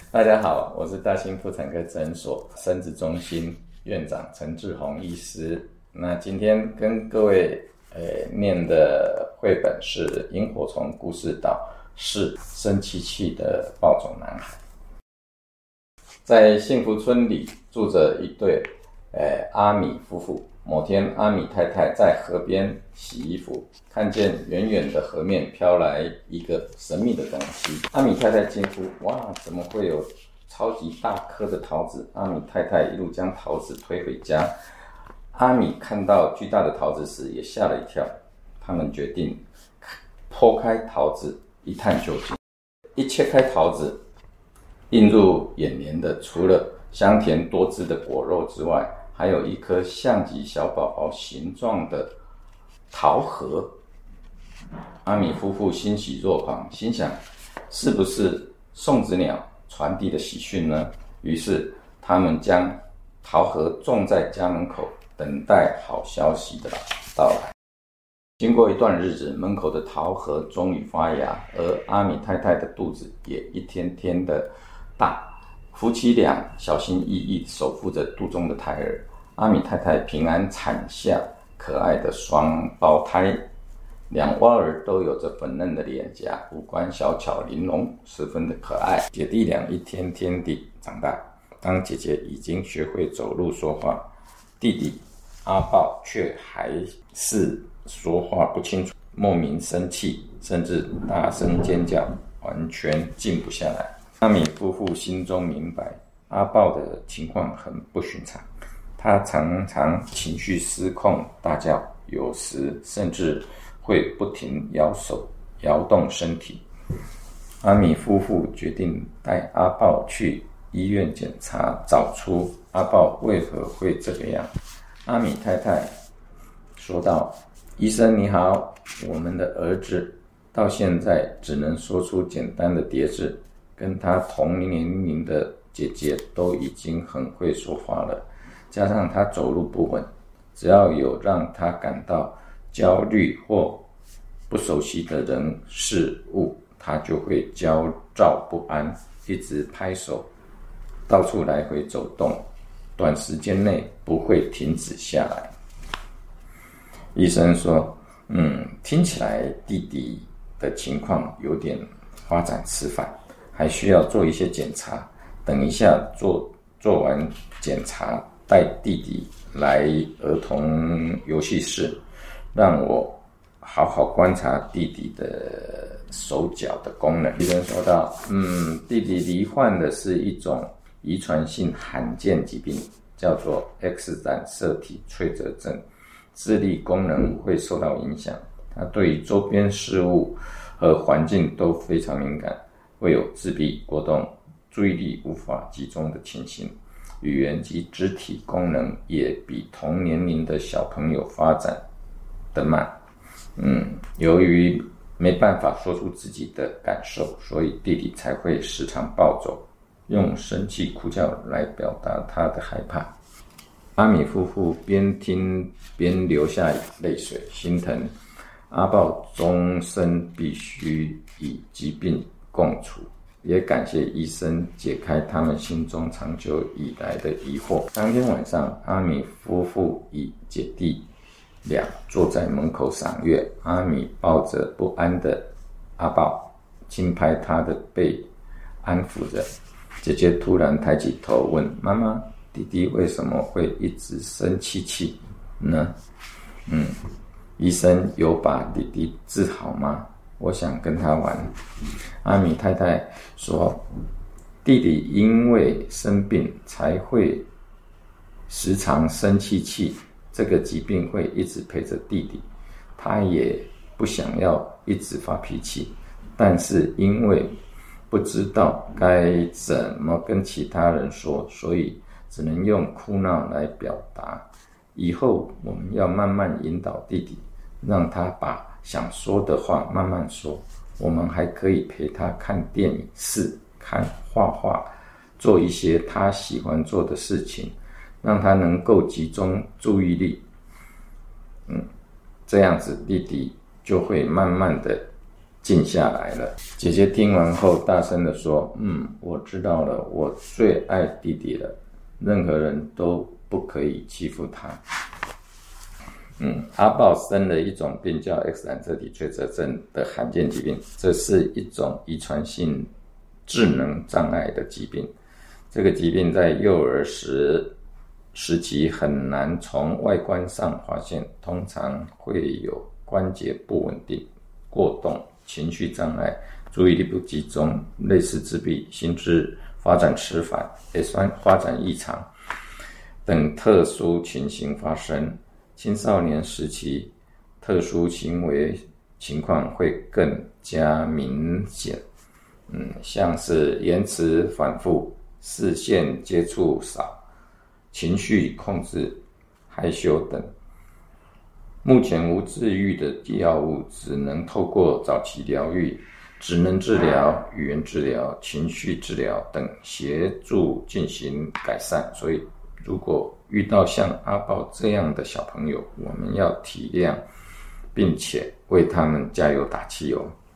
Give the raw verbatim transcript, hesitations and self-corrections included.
大家好，我是大兴妇产科诊所生殖中心院长陈志宏医师。那今天跟各位呃念的绘本是《萤火虫故事岛》，是生气气的暴走男孩。在幸福村里住着一对呃阿米夫妇。某天，阿米太太在河边洗衣服，看见远远的河面飘来一个神秘的东西。阿米太太惊呼：哇，怎么会有超级大颗的桃子？阿米太太一路将桃子推回家。阿米看到巨大的桃子时也吓了一跳，他们决定剖开桃子一探究竟。一切开桃子，映入眼帘的除了香甜多汁的果肉之外，还有一颗像极小宝宝形状的桃核。阿米夫妇欣喜若狂，心想是不是送子鸟传递的喜讯呢？于是他们将桃核种在家门口，等待好消息的到来。经过一段日子，门口的桃核终于发芽，而阿米太太的肚子也一天天的大。夫妻俩小心翼翼守护着肚中的胎儿。阿米太太平安产下可爱的双胞胎，两蛙儿都有着粉嫩的脸颊，五官小巧玲珑，十分的可爱。姐弟俩一天天地长大，当姐姐已经学会走路说话，弟弟阿豹却还是说话不清楚，莫名生气，甚至大声尖叫，完全静不下来。阿米夫妇心中明白，阿豹的情况很不寻常，他常常情绪失控大叫，有时甚至会不停摇手摇动身体。阿米夫妇决定带阿豹去医院检查，找出阿豹为何会这个样。阿米太太说道：医生你好，我们的儿子到现在只能说出简单的叠字，跟他同年龄的姐姐都已经很会说话了，加上他走路不稳，只要有让他感到焦虑或不熟悉的人事物，他就会焦躁不安，一直拍手，到处来回走动，短时间内不会停止下来。医生说，嗯，听起来弟弟的情况有点发展迟缓，还需要做一些检查。等一下做做完检查，带弟弟来儿童游戏室，让我好好观察弟弟的手脚的功能。医生说道，嗯，弟弟罹患的是一种遗传性罕见疾病，叫做 X 染色体脆折症，智力功能会受到影响，他对于周边事物和环境都非常敏感，会有自闭、过动、注意力无法集中的情形，语言及肢体功能也比同年龄的小朋友发展得慢。嗯，由于没办法说出自己的感受，所以弟弟才会时常暴走，用生气哭叫来表达他的害怕。阿米夫妇边听边流下泪水，心疼阿豹终身必须与疾病共处，也感谢医生解开他们心中长久以来的疑惑。当天晚上，阿米夫妇与姐弟俩坐在门口赏月，阿米抱着不安的阿豹，轻拍他的背，安抚着。姐姐突然抬起头问妈妈，弟弟为什么会一直生气气呢？嗯，医生有把弟弟治好吗？我想跟他玩。阿米太太说，弟弟因为生病才会时常生气气，这个疾病会一直陪着弟弟，他也不想要一直发脾气，但是因为不知道该怎么跟其他人说，所以只能用哭闹来表达。以后我们要慢慢引导弟弟，让他把想说的话慢慢说。我们还可以陪他看电影、视看画画，做一些他喜欢做的事情，让他能够集中注意力。嗯，这样子弟弟就会慢慢的静下来了。姐姐听完后大声地说，嗯，我知道了，我最爱弟弟了，任何人都不可以欺负他。嗯，阿豹生了一种病叫 X 染色体缺责症的罕见疾病，这是一种遗传性智能障碍的疾病。这个疾病在幼儿时时期很难从外观上发现，通常会有关节不稳定、过动、情绪障碍、注意力不集中、类似自闭、心智发展迟缓、血栓发展异常等特殊情形发生。青少年时期特殊行为情况会更加明显，嗯，像是言辞反复、视线接触少、情绪控制、害羞等。目前无治愈的药物，只能透过早期疗愈、职能治疗、语言治疗、情绪治疗等协助进行改善。所以如果遇到像阿豹这样的小朋友，我们要体谅并且为他们加油打气哦。